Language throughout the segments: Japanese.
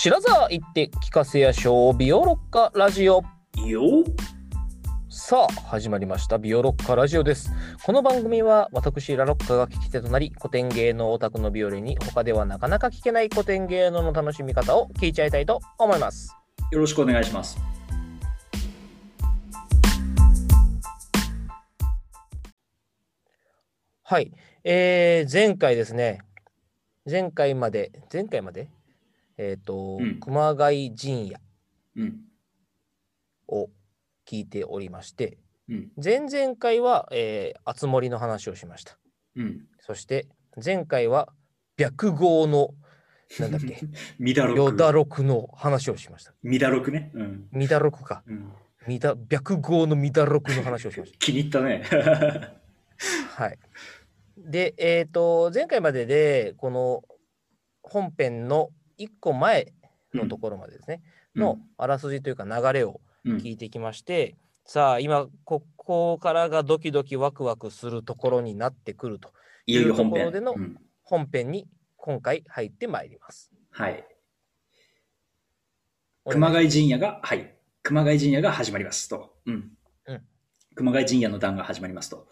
白沢行って聞かせやしょうビオロッカラジオ。 よ。 さあ始まりましたビオロッカラジオです。この番組は私ラロッカが聞き手となり、古典芸能オタクのビオレに他ではなかなか聞けない古典芸能の楽しみ方を聞いちゃいたいと思います。 よろしくお願いします。 はい、前回ですね、前回まで熊谷陣屋を聞いておりまして、前々回は熱盛の話をしました。そして前回は白毫のなんだっけミダロク、 ヨダロクの話をしました。 ミダロクね。 ミダロクか。白毫のミダロクの話をしました。 気に入ったね。 はい。で、前回まででこの本編の1個前のところまでですね、のあらすじというか流れを聞いてきまして、さあ今ここからがドキドキワクワクするところになってくるというところでの本編に今回入ってまいります。 はい。熊谷陣屋が始まりますと。熊谷陣屋の段が始まりますと。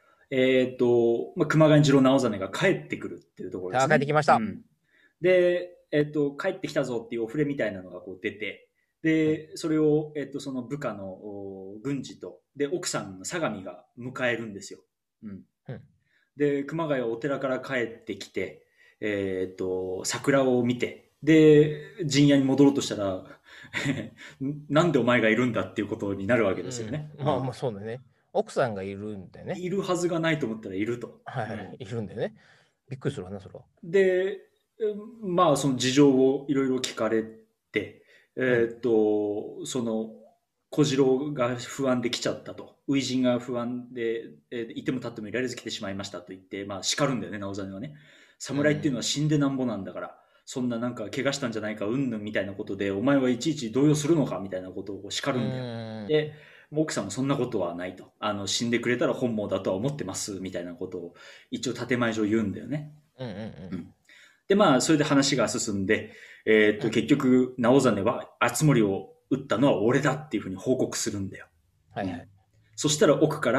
熊谷次郎直実が帰ってくるっていうところですね。 帰ってきました。 で、帰ってきたぞっていうお触れみたいなのがこう出て、で、それを、その部下の軍事と、で、奥さんの相模が迎えるんですよ。で、熊谷はお寺から帰ってきて、桜を見て、で、陣屋に戻ろうとしたら、なんでお前がいるんだっていうことになるわけですよね。 まあそうだね。奥さんがいるんだよね。 いるはずがないと思ったらいると。 いるんだよね。びっくりするわね、それは。 で、まあその事情をいろいろ聞かれて、その小次郎が不安で来ちゃったと、初陣が不安で、いても立ってもいられず来てしまいましたと言って、まあ叱るんだよね、直実はね。侍っていうのは死んでなんぼなんだから、そんななんか怪我したんじゃないかうんぬんみたいなことで、お前はいちいち動揺するのかみたいなことを叱るんだよ。で、奥さんもそんなことはないと、死んでくれたら本望だとは思ってますみたいなことを一応建前上言うんだよね。で、まあ、それで話が進んで、結局、直実は、熱盛を撃ったのは俺だっていうふうに報告するんだよ。そしたら奥から、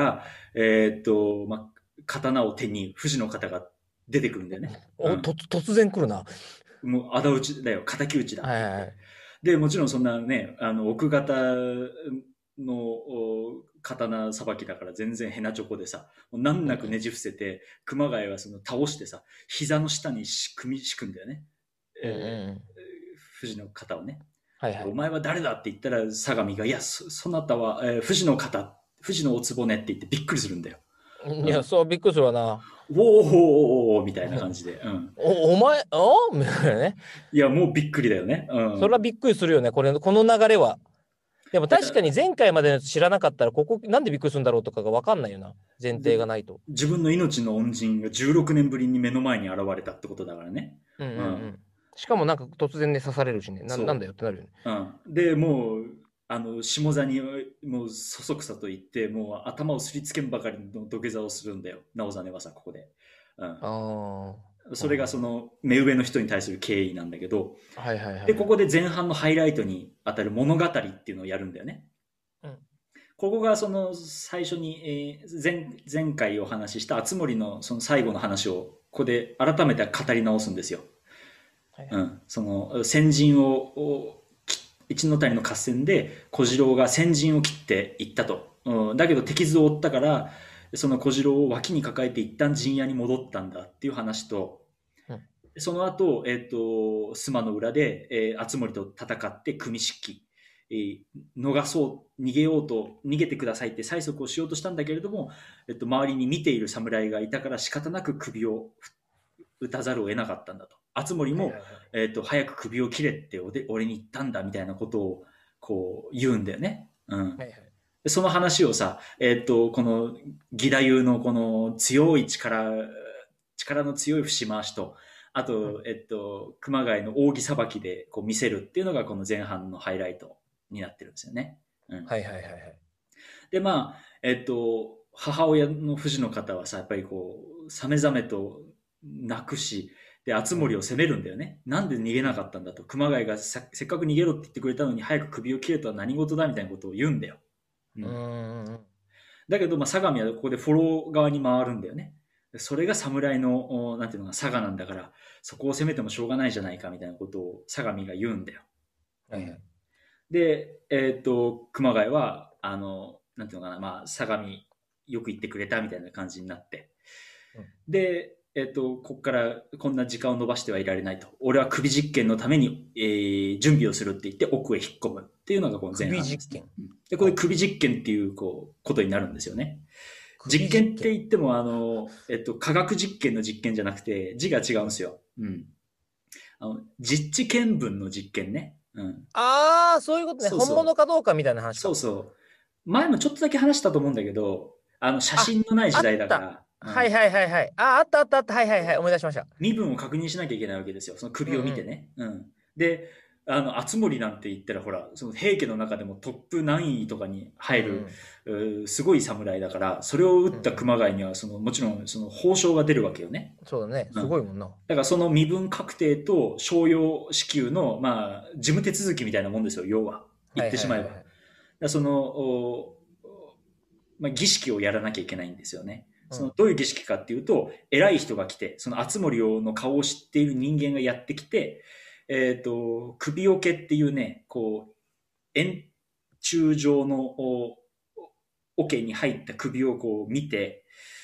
刀を手に、富士の方が出てくるんだよね。 突然来るな。 もう、仇討ちだよ、敵討ちだ。で、もちろんそんなね、奥方の刀さばきだから全然ヘナチョコでさ、難なくねじ伏せて、熊谷はその倒してさ、膝の下に組み敷くんだよね。富士の方をね。お前は誰だって言ったら相模が、いや、そなたは、富士の方、富士のおつぼねって言ってびっくりするんだよ。 いや、そうびっくりするわな。 おーみたいな感じで。 お前、みたいなね。 いや、もうびっくりだよね。 それはびっくりするよね、この流れは。でも確かに前回までの知らなかったら、ここなんでびっくりするんだろうとかが分かんないよな。前提がないと。 自分の命の恩人が16年ぶりに目の前に現れたってことだからね。 しかもなんか突然ね刺されるしね。なんだよってなるよね。 で、もう、下座にもうそそくさと言って、もう頭をすりつけんばかりの土下座をするんだよ。直実はさ、ここで。それがその目上の人に対する敬意なんだけど、で、ここで前半のハイライトに当たる物語っていうのをやるんだよね。ここがその最初に、前回お話しした熱盛のその最後の話をここで改めて語り直すんですよ。その先陣を一ノ谷の合戦で小次郎が先陣を切っていったと、だけど敵図を追ったからその小次郎を脇に抱えて一旦陣屋に戻ったんだっていう話と、その後、須磨の裏で、熱盛と戦って組敷逃げようと逃げてくださいって催促をしようとしたんだけれども、周りに見ている侍がいたから仕方なく首を打たざるを得なかったんだと。熱盛も、早く首を切れって俺に言ったんだみたいなことをこう言うんだよね。その話をさ、この義太夫のこの強い力の強い節回しと、あと、熊谷の扇さばきでこう見せるっていうのがこの前半のハイライトになってるんですよね。で、まあ、母親の富士の方はさ、やっぱりこう、さめざめと泣くし、 で、敦盛を責めるんだよね。なんで逃げなかったんだと。熊谷がせっかく逃げろって言ってくれたのに、早く首を切れとは何事だみたいなことを言うんだよ。だけど、相模はここでフォロー側に回るんだよね。それが侍の、なんていうのか、佐賀なんだから、そこを攻めてもしょうがないじゃないかみたいなことを相模が言うんだよ。で、熊谷は、なんていうのかな、相模よく言ってくれたみたいな感じになって。で、ここからこんな時間を延ばしてはいられないと。俺は首実験のために、準備をするって言って奥へ引っ込むっていうのがこの前半です、ね。で、これ首実験っていうことになるんですよね。実験って言っても、科学実験の実験じゃなくて、字が違うんですよ。実地見分の実験ね。 ああ、そういうことね。本物かどうかみたいな話か。 そうそう。前もちょっとだけ話したと思うんだけど、写真のない時代だから。 はいはいはいはい。あった。はいはいはい。思い出しました。 身分を確認しなきゃいけないわけですよ。その首を見てね。で、敦盛なんて言ったらほら、その平家の中でもトップ何位とかに入る、すごい侍だから、それを撃った熊谷には、もちろんその褒章が出るわけよね。 そうだね。すごいもんな。 だからその身分確定と商用支給の、事務手続きみたいなもんですよ、要は。言ってしまえば。その、儀式をやらなきゃいけないんですよね。どういう儀式かっていうと、偉い人が来て、その敦盛の顔を知っている人間がやってきて、首桶っていうね、円柱状の桶に入った首を見て、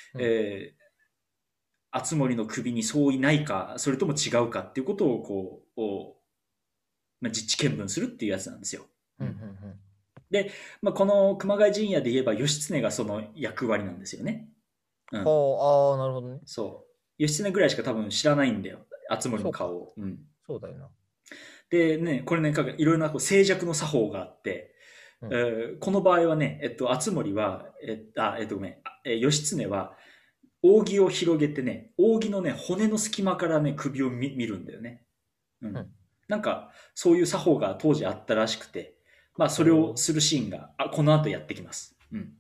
敦盛の首に相違ないか、それとも違うかっていうことを実地見分するっていうやつなんですよ。で、この熊谷陣屋で言えば義経がその役割なんですよね。 ああ、なるほどね。 そう。義経ぐらいしか多分知らないんだよ。敦盛の顔を。 そうだよな。 でね、これね、いろいろな静寂の作法があって、この場合はね、敦盛は、ごめん、義経は、扇を広げてね、扇のね、骨の隙間からね、首を見るんだよね。なんか、そういう作法が当時あったらしくて、それをするシーンが、この後やってきます。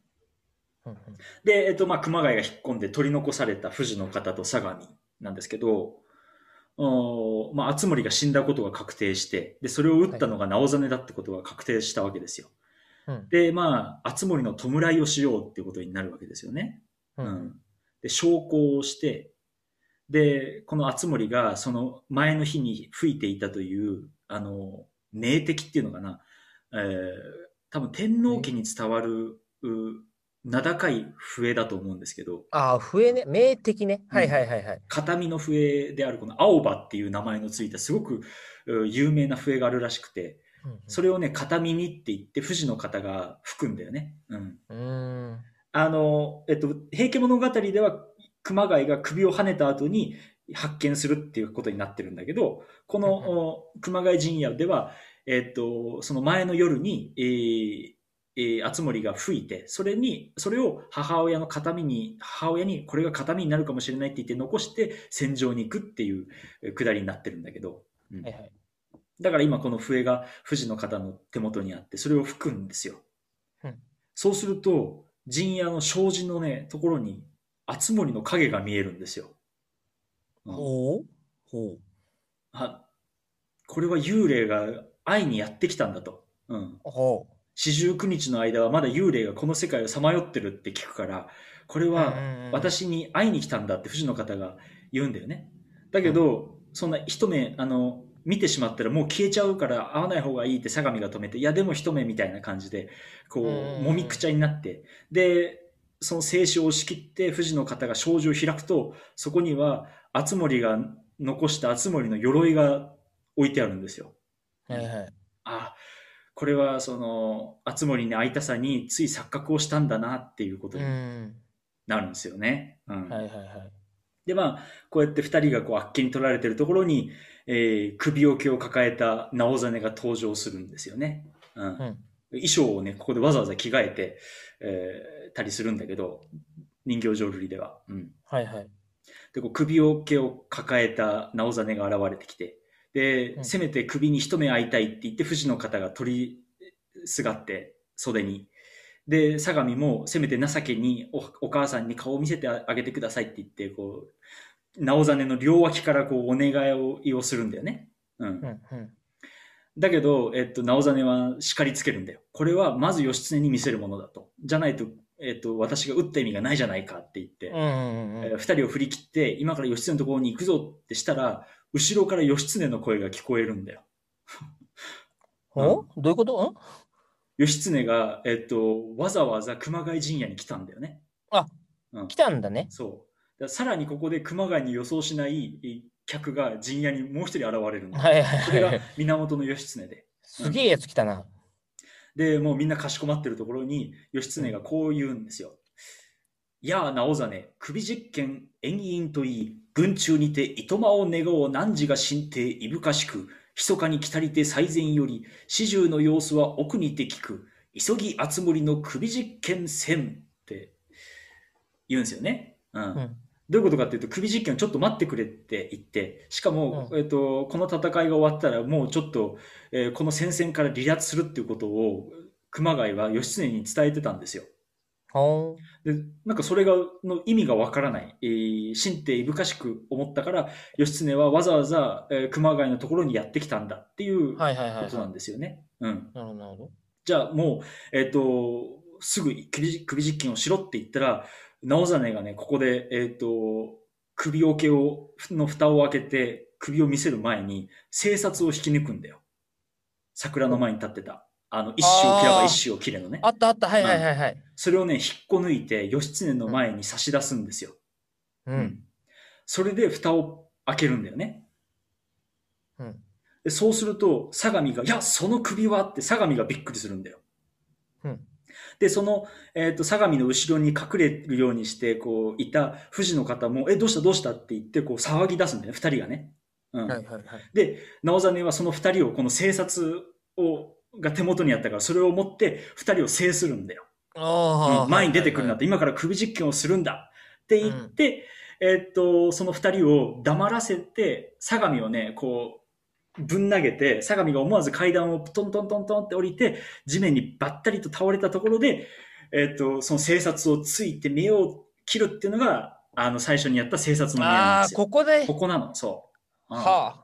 で、熊谷が引っ込んで取り残された富士の方と相模なんですけど、敦盛が死んだことが確定して、で、それを撃ったのが直実だってことが確定したわけですよ。で、敦盛の弔いをしようっていうことになるわけですよね。で、焼香をして、で、この敦盛がその前の日に吹いていたという、名笛っていうのかな、多分天皇家に伝わる、名高い笛だと思うんですけど。 笛ね。名笛ね。はい。 形見の笛であるこの青葉っていう名前のついたすごく有名な笛があるらしくて、それをね、片耳って言って富士の方が吹くんだよね。平家物語では熊谷が首をはねた後に発見するっていうことになってるんだけど、この熊谷陣屋では、その前の夜に、敦盛が吹いて、それを母親にこれが形見になるかもしれないって言って残して戦場に行くっていうくだりになってるんだけど、だから今この笛が富士の方の手元にあって、それを吹くんですよ。そうすると、陣屋の障子のね、ところに敦盛の影が見えるんですよ。これは幽霊が会いにやってきたんだと。四十九日の間はまだ幽霊がこの世界をさまよってるって聞くから、これは私に会いに来たんだって富士の方が言うんだよね。だけど、そんな一目、見てしまったらもう消えちゃうから会わない方がいいって相模が止めて、いやでも一目みたいな感じで、もみくちゃになって、で、その静止を押し切って富士の方が障子を開くと、そこには敦盛が残した敦盛の鎧が置いてあるんですよ。これはその敦盛に会いたさについ錯覚をしたんだなっていうことになるんですよね。でこうやって2人があっけに取られてるところに、首桶を抱えた直実が登場するんですよね。衣装をねここでわざわざ着替えて、たりするんだけど、人形浄瑠璃では。で首桶を抱えた直実が現れてきて、で、せめて首に一目会いたいって言って富士の方が取りすがって袖に、で相模もせめて情けに お母さんに顔を見せてあげてくださいって言って直実の両脇からこうお願いをするんだよね。だけど、直実は叱りつけるんだよ。これはまず義経に見せるものだと。じゃないと、私が撃った意味がないじゃないかって言って、二人を振り切って、今から義経のところに行くぞってしたら、後ろから義経の声が聞こえるんだよ。 どういうこと？ 義経が、わざわざ熊谷陣屋に来たんだよね。 来たんだね。 そう。さらにここで熊谷に予想しない客が陣屋にもう一人現れるんだ。それが源義経で。 すげえやつ来たな。 で、もうみんなかしこまってるところに、義経がこう言うんですよ。やあ、直実、首実験、遠因といい、軍中にて糸間を願おう汝が神帝いぶかしく、密かに来たりて最前より、始終の様子は奥にて聞く、急ぎ集まりの首実験せんって言うんですよね。どういうことかっていうと、首実験をちょっと待ってくれって言って、しかも、この戦いが終わったら、もうちょっと、この戦線から離脱するっていうことを、熊谷は義経に伝えてたんですよ。で、なんかそれの意味がわからない。神帝いぶかしく思ったから、義経はわざわざ、熊谷のところにやってきたんだっていうことなんですよね。なるほど。じゃあもう、すぐ首実験をしろって言ったら、直実がね、ここで、首桶の蓋を開けて、首を見せる前に、生殺を引き抜くんだよ。桜の前に立ってた。一種を切らば一種を切れのね。 あった、はい。 それをね、引っこ抜いて、義経の前に差し出すんですよ。それで蓋を開けるんだよね。でそうすると、相模が、いや、その首はって相模がびっくりするんだよ。で、その、相模の後ろに隠れるようにして、こう、いた富士の方も、どうしたって言って、こう、騒ぎ出すんだよね、二人がね。で、直実はその二人を、この生殺が手元にあったから、それを持って二人を制するんだよ。前に出てくるなって、今から首実験をするんだって言って、その二人を黙らせて、相模をね、こう、ぶん投げて、相模が思わず階段をトントントントンって降りて、地面にばったりと倒れたところで、その生殺をついて目を切るっていうのが、最初にやった生殺の目なんですよ。ここなの、そう。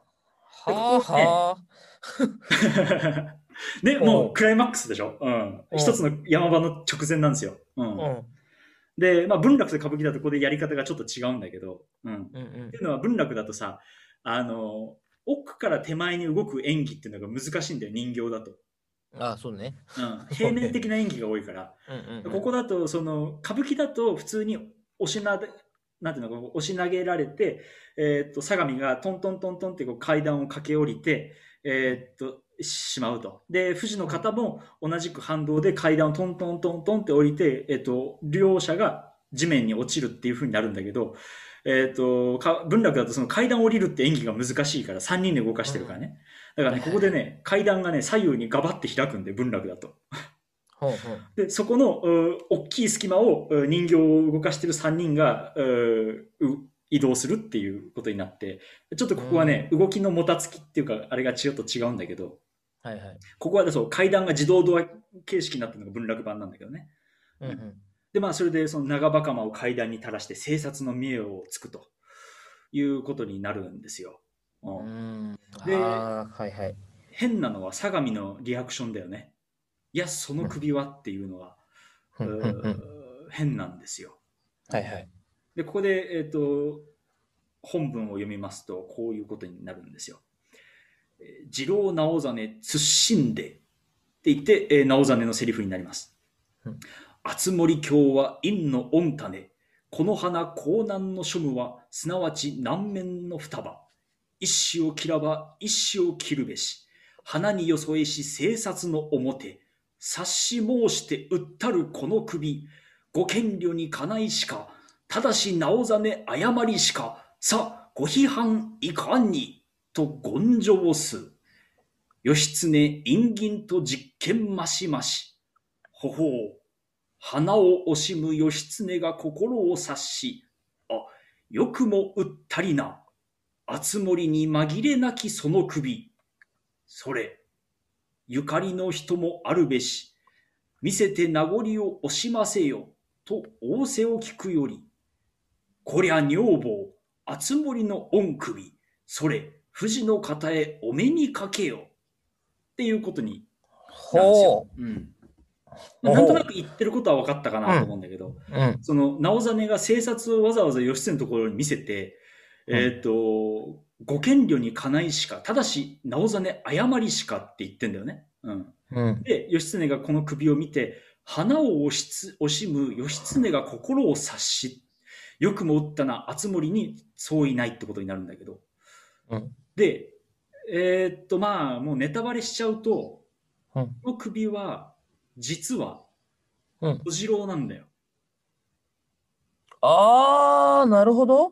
で、もうクライマックスでしょ。一つの山場の直前なんですよ。で、まあ、文楽と歌舞伎だとここでやり方がちょっと違うんだけど、っていうのは文楽だとさ、奥から手前に動く演技っていうのが難しいんだよ、人形だと。 そうね。 平面的な演技が多いから。ここだと、その、歌舞伎だと普通になんていうの、押し投げられて、相模がトントントントンってこう階段を駆け下りて、しまうと。で、富士の方も同じく反動で階段をトントントントンって降りて、両者が地面に落ちるっていう風になるんだけど、文楽だとその階段を降りるって演技が難しいから3人で動かしてるからね。だからね、ここでね、階段がね、左右にガバって開くんで、文楽だと。で、そこの大きい隙間を人形を動かしてる3人が移動するっていうことになって、ちょっとここはね、動きのもたつきっていうか、あれがちょっと違うんだけど、ここはそう階段が自動ドア形式になってるのが文楽版なんだけどね。で、まあ、それでその長袴を階段に垂らして生殺の見栄をつくということになるんですよ。で、変なのは相模のリアクションだよね。いや、その首はっていうのは、変なんですよ。で、ここで、本文を読みますと、こういうことになるんですよ。次郎直実謹んでって言って、直実のセリフになります。敦盛卿は陰の御種、この花江南の庶務は、すなわち南面の双葉。一種を切らば一種を切るべし。花によそえし生殺の表。察し申してうったるこの首。ご権慮にかないしか。ただし直実誤りしか。さ、ご批判いかんに。と言上す。義経陰銀と実験ましまし。ほほう。花を惜しむ義経が心を察し、よくもうったりな、敦盛に紛れなきその首。それ、ゆかりの人もあるべし、見せて名残を惜しませよ、と仰せを聞くより、こりゃ女房、 熱森の御首、それ、富士の方へお目にかけよ。っていうことになんですよ。なんとなく言ってることは分かったかなと思うんだけど、その直実が生殺をわざわざ義経のところに見せて、ご権慮にかないしか、ただし直実誤りしかって言ってんだよね。で、義経がこの首を見て、花を惜しむ義経が心を察し、よくも打ったな、熱森に相違ないってことになるんだけど。で、まあ、もうネタバレしちゃうと、この首は、実は、小次郎なんだよ。 ああ、なるほど。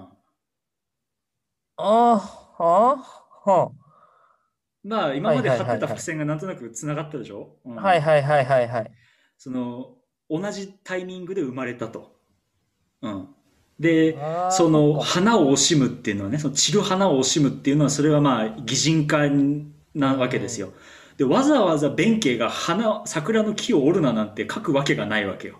まあ、今まで張ってた伏線がなんとなく繋がったでしょ。 はいはいはいはいはい。 その、同じタイミングで生まれたと。で、その花を惜しむっていうのはね、その散る花を惜しむっていうのは、それはまあ、擬人化なわけですよ。で、わざわざ弁慶が桜の木を折るななんて書くわけがないわけよ。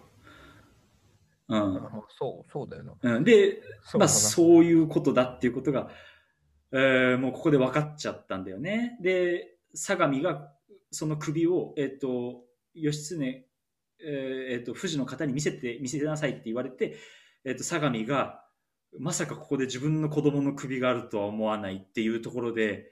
そうだよな。 で、まあ、そういうことだっていうことが、もうここで分かっちゃったんだよね。で、相模がその首を、義経、富士の方に見せなさいって言われて、相模が、まさかここで自分の子供の首があるとは思わないっていうところで、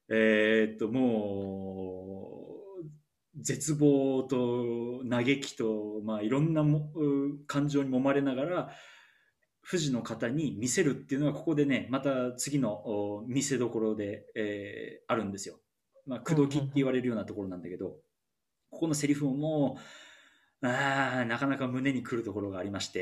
もう、絶望と嘆きと、まあ、いろんな感情に揉まれながら、富士の方に見せるっていうのはここでね、また次の見せどころで、あるんですよ。まあ、口説きって言われるようなところなんだけど、ここのセリフももう、なかなか胸にくるところがありまして、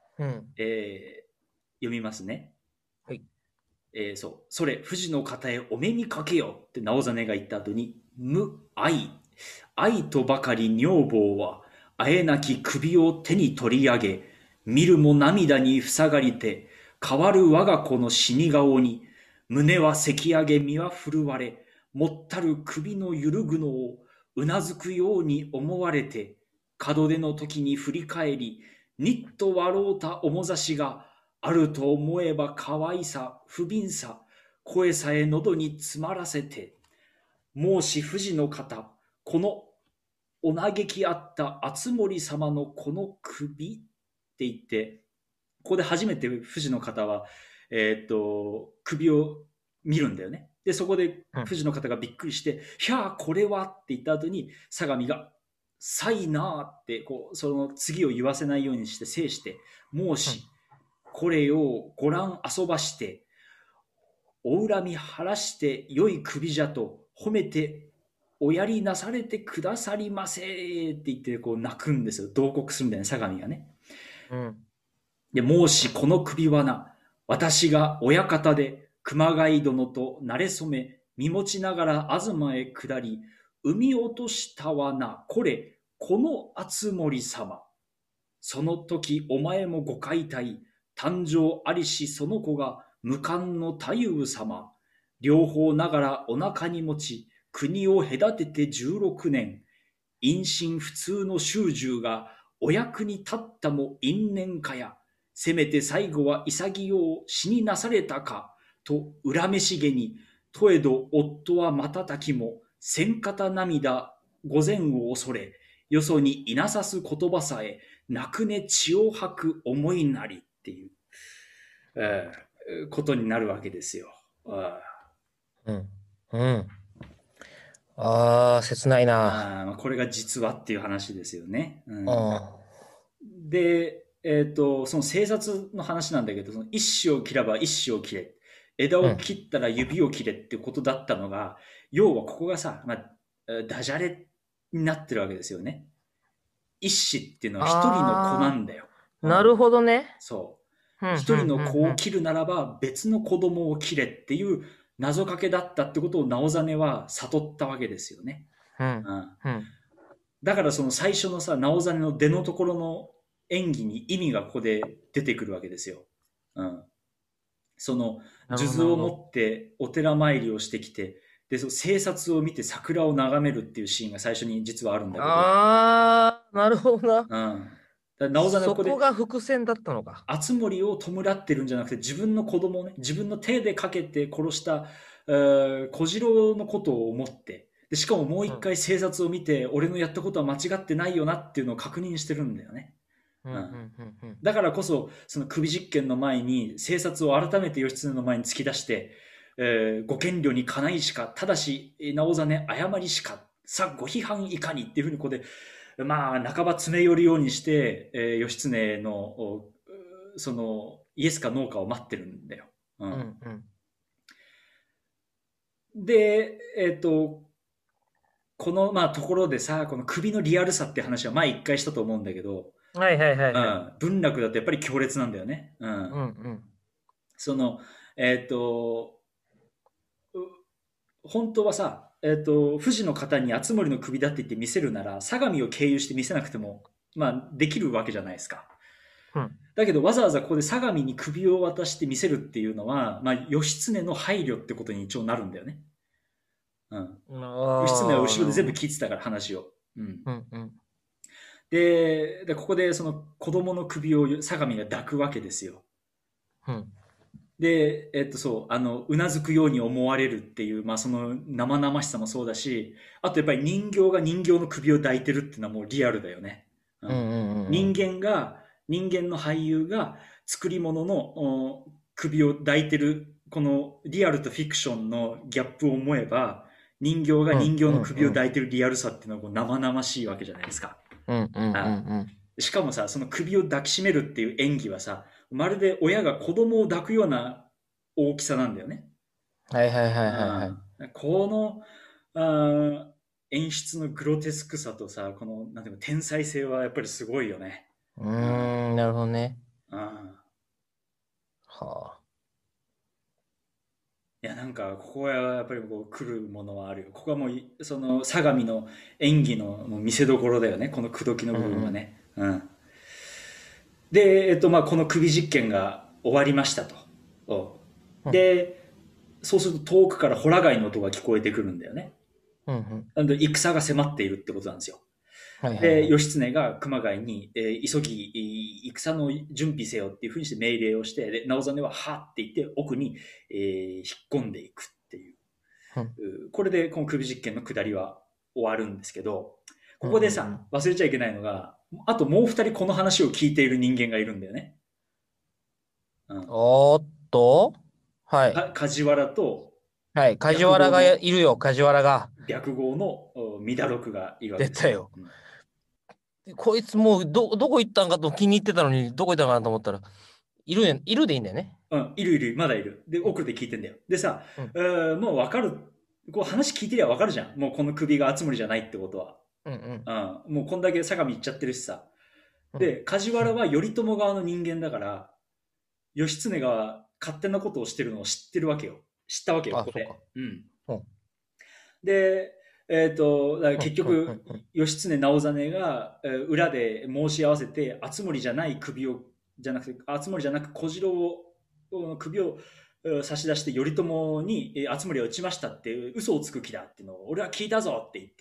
読みますね。 はい。 それ、富士の方へお目にかけよって直実が言った後に、愛とばかり女房は、あえなき首を手に取り上げ、見るも涙に塞がりて、変わる我が子の死に顔に、胸はせき上げ身は震われ、もったる首の揺るぐのをうなずくように思われて、門出の時に振り返り、にっと笑うた面差しがあると思えば可愛さ、不憫さ、声さえ喉に詰まらせて、もし富士の方、このお嘆きあった熱森様のこの首って言って、ここで初めて富士の方は、首を見るんだよね。で、そこで富士の方がびっくりして、ひゃあ、これはって言った後に、相模が、さいなって、こう、その次を言わせないようにして制して、もし、これをご覧遊ばして、お恨み晴らして良い首じゃと褒めておやりなされてくださりませって言ってこう泣くんですよ。同国するんだよね、相模がね。で、もしこの首はな、私が親方で熊谷殿と馴れ初め、身持ちながら東へ下り、産み落としたはな、この熱森様。その時お前もご解体、誕生ありしその子が無冠の太夫様。両方ながらお腹に持ち、国を隔てて16年。因心普通の衆従がお役に立ったも因縁かや。せめて最後は潔う死になされたか、と恨めしげに、とえど夫は瞬きも、千方涙、御前を恐れ、よそにいなさす言葉さえ、泣くね血を吐く思いなりっていう、ことになるわけですよ。 切ないな。 これが実話っていう話ですよね。で、その生殺の話なんだけど、その一子を切らば一子を切れ。枝を切ったら指を切れっていうことだったのが、要はここがさ、ダジャレになってるわけですよね。一子っていうのは一人の子なんだよ。 なるほどね。 そう。一人の子を切るならば別の子供を切れっていう謎かけだったってことを直実は悟ったわけですよね。だからその最初のさ、直実の出のところの演技に意味がここで出てくるわけですよ。その数珠を持ってお寺参りをしてきて、で、その生殺を見て桜を眺めるっていうシーンが最初に実はあるんだけど。 なるほどな。 直実はここでそこが伏線だったのか。 敦盛を弔ってるんじゃなくて、自分の子供をね、自分の手でかけて殺した、小次郎のことを思って、でしかももう一回生殺を見て、俺のやったことは間違ってないよなっていうのを確認してるんだよね。だからこそ、その首実験の前に、生殺を改めて義経の前に突き出して、ご権慮にかないしか、ただし、直実誤りしか、さご批判いかにっていうふうにここで、まあ、半ば詰め寄るようにして、義経の、その、イエスかノーかを待ってるんだよ。で、この、まあ、ところでさ、この首のリアルさって話は前一回したと思うんだけど、文楽だとやっぱり強烈なんだよね。その、本当はさ、富士の方に敦盛の首だって言って見せるなら、相模を経由して見せなくても、まあ、できるわけじゃないですか。だけど、わざわざここで相模に首を渡して見せるっていうのは、まあ、義経の配慮ってことに一応なるんだよね。義経は後ろで全部聞いてたから、話を。で、ここでその子供の首を相模が抱くわけですよ。で、そう、うなずくように思われるっていう、まあ、その生々しさもそうだし、あとやっぱり人形が人形の首を抱いてるっていうのはもうリアルだよね。人間の俳優が作り物の首を抱いてる、このリアルとフィクションのギャップを思えば、人形が人形の首を抱いてるリアルさっていうのはこう生々しいわけじゃないですか。しかもさ、その首を抱きしめるっていう演技はさ、まるで親が子供を抱くような大きさなんだよね。この演出のグロテスクさとさ、このなんていうの天才性はやっぱりすごいよね。 なるほどね。 いや、なんかここはやっぱりこう来るものはあるよ。ここはもうその相模の演技の見せ所だよね。この口説きの部分はね。で、まあ、この首実験が終わりましたと。で、そうすると遠くからホラ貝の音が聞こえてくるんだよね。戦が迫っているってことなんですよ。で、義経が熊谷に、急ぎ戦の準備せよっていうふうにして命令をして、で直実ははって言って奥に、引っ込んでいくっていう。これでこの首実験の下りは終わるんですけど、ここでさ、忘れちゃいけないのが、あともう二人この話を聞いている人間がいるんだよね。 おっと、 梶原と、 梶原がいるよ、梶原が。 白豪の三田六がいるわけです。出たよ。こいつもうどこ行ったんかと気に入ってたのに、どこ行ったかなと思ったら、いるでいいんだよね。 いる、まだいる。で、奥で聞いてんだよ。でさ、もう分かる。こう話聞いてりゃ分かるじゃん。もうこの首が敦盛じゃないってことは。もうこんだけ相模行っちゃってるしさ。で、梶原は頼朝側の人間だから、義経が勝手なことをしてるのを知ってるわけよ。知ったわけよ、ここで。で、結局、義経直実が裏で申し合わせて、敦盛じゃない首を、じゃなくて、敦盛じゃなく小次郎の首を差し出して頼朝に敦盛は撃ちましたって嘘をつく気だっていうのを俺は聞いたぞって言って、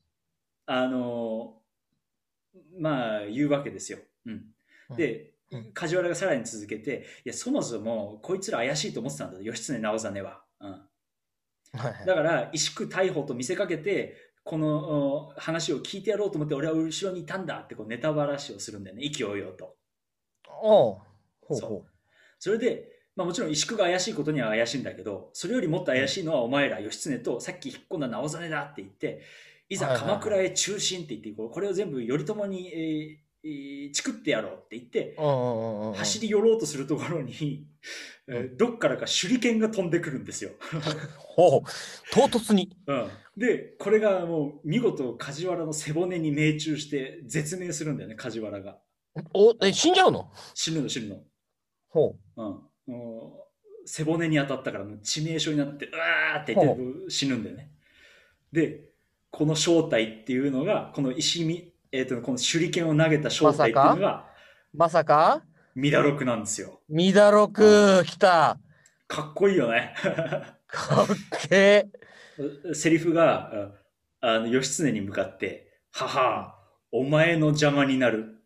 まあ言うわけですよ。で、梶原がさらに続けて、いや、そもそもこいつら怪しいと思ってたんだ、義経直実は。だから萎縮逮捕と見せかけてこの話を聞いてやろうと思って俺は後ろにいたんだってこうネタばらしをするんだよね、意気揚々と。それで、まあ、もちろん萎縮が怪しいことには怪しいんだけど、それよりもっと怪しいのはお前ら義経とさっき引っ込んだ直実だって言って、いざ鎌倉へ中心って言ってこれを全部頼朝に、チクってやろうって言って走り寄ろうとするところにどっからか手裏剣が飛んでくるんですよ。 唐突に。 でこれがもう見事梶原の背骨に命中して絶命するんだよね、梶原が。 死んじゃうの？ 死ぬの。背骨に当たったからもう致命傷になってうわーって言って死ぬんだよね。でこの正体っていうのがこの石見この手裏剣を投げた正体っていうのがまさか三田六なんですよ。 三田六来た。 かっこいいよね。 かっけえ。セリフが義経に向かって「母お前の邪魔になる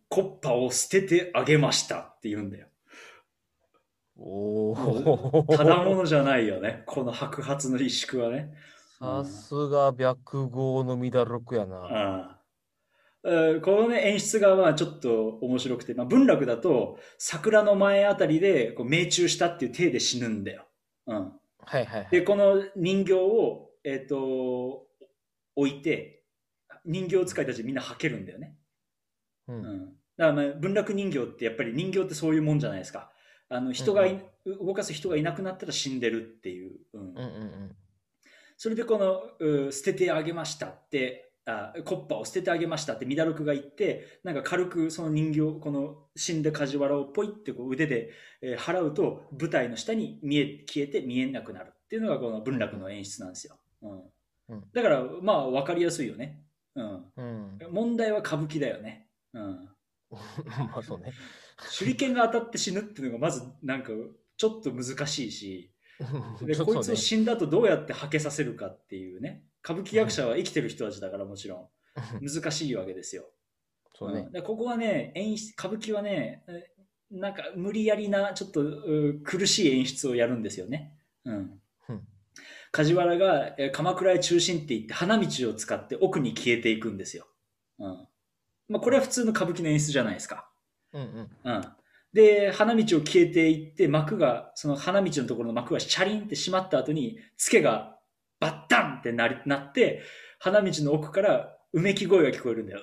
コッパを捨ててあげましたって言うんだよ。 おお。 ただものじゃないよね。この白髪の萎縮はね。 さすが白毫の乱録やな。 このね、演出がまあちょっと面白くて、まあ、文楽だと桜の前あたりでこう命中したっていう体で死ぬんだよ。で、 はいはいはい。 この人形を、置いて、人形使いたちみんなはけるんだよね。だからまあ文楽人形ってやっぱり人形ってそういうもんじゃないですか。人が動かす人がいなくなったら死んでるっていう。それでこの捨ててあげましたってコッパを捨ててあげましたって乱六が言ってなんか軽くその人形この死んだ梶原をポイってこう腕で、払うと舞台の下に消えて見えなくなるっていうのがこの文楽の演出なんですよ。だからまあ分かりやすいよね。問題は歌舞伎だよね。 まあそうね。 手裏剣が当たって死ぬっていうのがまずなんかちょっと難しいしでこいつを死んだ後どうやってはけさせるかっていうね歌舞伎役者は生きてる人たちだからもちろん難しいわけですよ。 そうね。 でここはね歌舞伎はねなんか無理やりなちょっと苦しい演出をやるんですよね。梶原が鎌倉へ中心って言って花道を使って奥に消えていくんですよ。まあ、これは普通の歌舞伎の演出じゃないですか。で花道を消えていって幕がその花道のところの幕がシャリンって閉まった後にツケがバッタンってなって花道の奥からうめき声が聞こえるんだよ。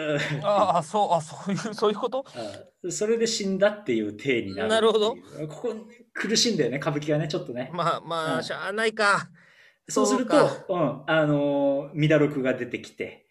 そういうことそれで死んだっていう体になる。 なるほど。 ここ苦しいんだよね歌舞伎はねちょっとね。 まあしゃあないか。 そうすると乱六が出てきて、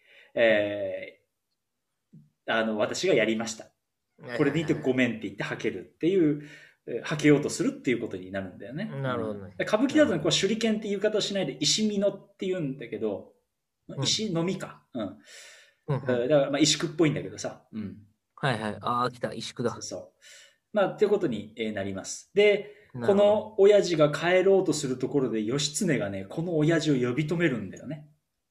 私がやりました。これでいてごめんって言ってはけるっていう、はけようとするっていうことになるんだよね。 なるほどね。 歌舞伎だと、こう手裏剣っていう言い方をしないで石美濃って言うんだけど、石のみか。だからまあ石工っぽいんだけどさ。 はいはい。ああ、来た、石工だ。 そう。まあ、っていうことになります。で、この親父が帰ろうとするところで、義経がね、この親父を呼び止めるんだよね。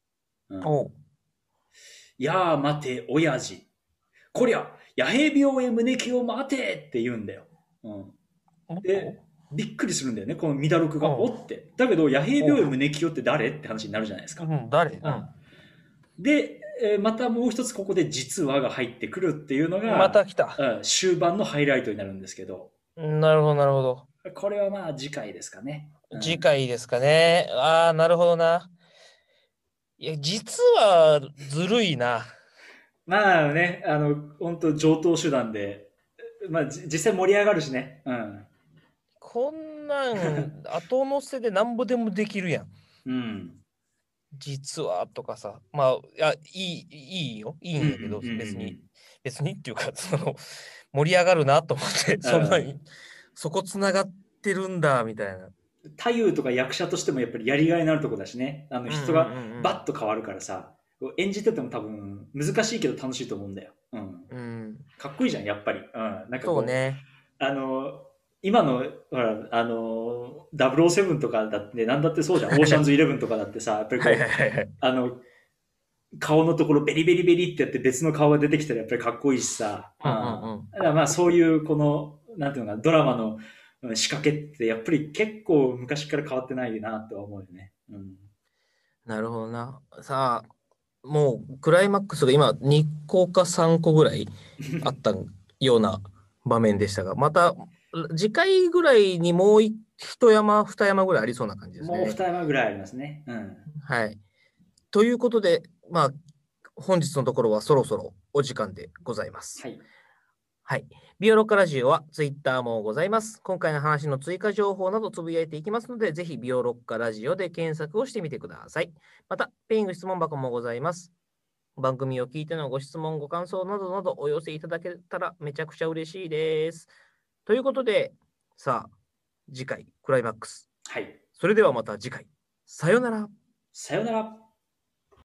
やあ、待て、親父。こりゃ、野兵病へ胸気を待てって言うんだよ。で、びっくりするんだよね、この乱六が。おって。だけど、野兵病へ胸気をって誰って話になるじゃないですか。 誰で、またもう一つここで実話が入ってくるっていうのが、 また来た。 終盤のハイライトになるんですけど。 なるほど、なるほど。 これはまあ次回ですかね。 次回ですかね。ああ、なるほどな。いや、実はずるいな。 まあね、本当上等手段で、まあ実際盛り上がるしね。 こんなん後乗せでなんぼでもできるやん。実はとかさ、まあ、いいよ。いいんやけど、別にっていうか、盛り上がるなと思って、そんなに、そこつながってるんだ、みたいな。 太夫とか役者としてもやっぱりやりがいのあるとこだしね。人がバッと変わるからさ、演じてても多分難しいけど楽しいと思うんだよ。かっこいいじゃん、やっぱり。なんかそうね。 今の、ほら、007とかだって、なんだってそうじゃん。オーシャンズ11とかだってさ、やっぱりこう、顔のところベリベリベリってやって別の顔が出てきたらやっぱりかっこいいしさ。だからまあそういうこの、なんていうのか、ドラマの仕掛けってやっぱり結構昔から変わってないなとは思うよね。 なるほどな。さあ、もうクライマックスが今2個か3個ぐらいあったような場面でしたが、また次回ぐらいにもう一山二山ぐらいありそうな感じですね。 もう二山ぐらいありますね。 はい。ということで、まあ本日のところはそろそろお時間でございます。はい。ビオロッカラジオはツイッターもございます。今回の話の追加情報などつぶやいていきますので、ぜひビオロッカラジオで検索をしてみてください。また、ペイング質問箱もございます。番組を聞いてのご質問、ご感想などなどお寄せいただけたらめちゃくちゃ嬉しいです。ということで、さあ、次回、クライマックス。 はい。 それではまた次回。さよなら。 さよなら。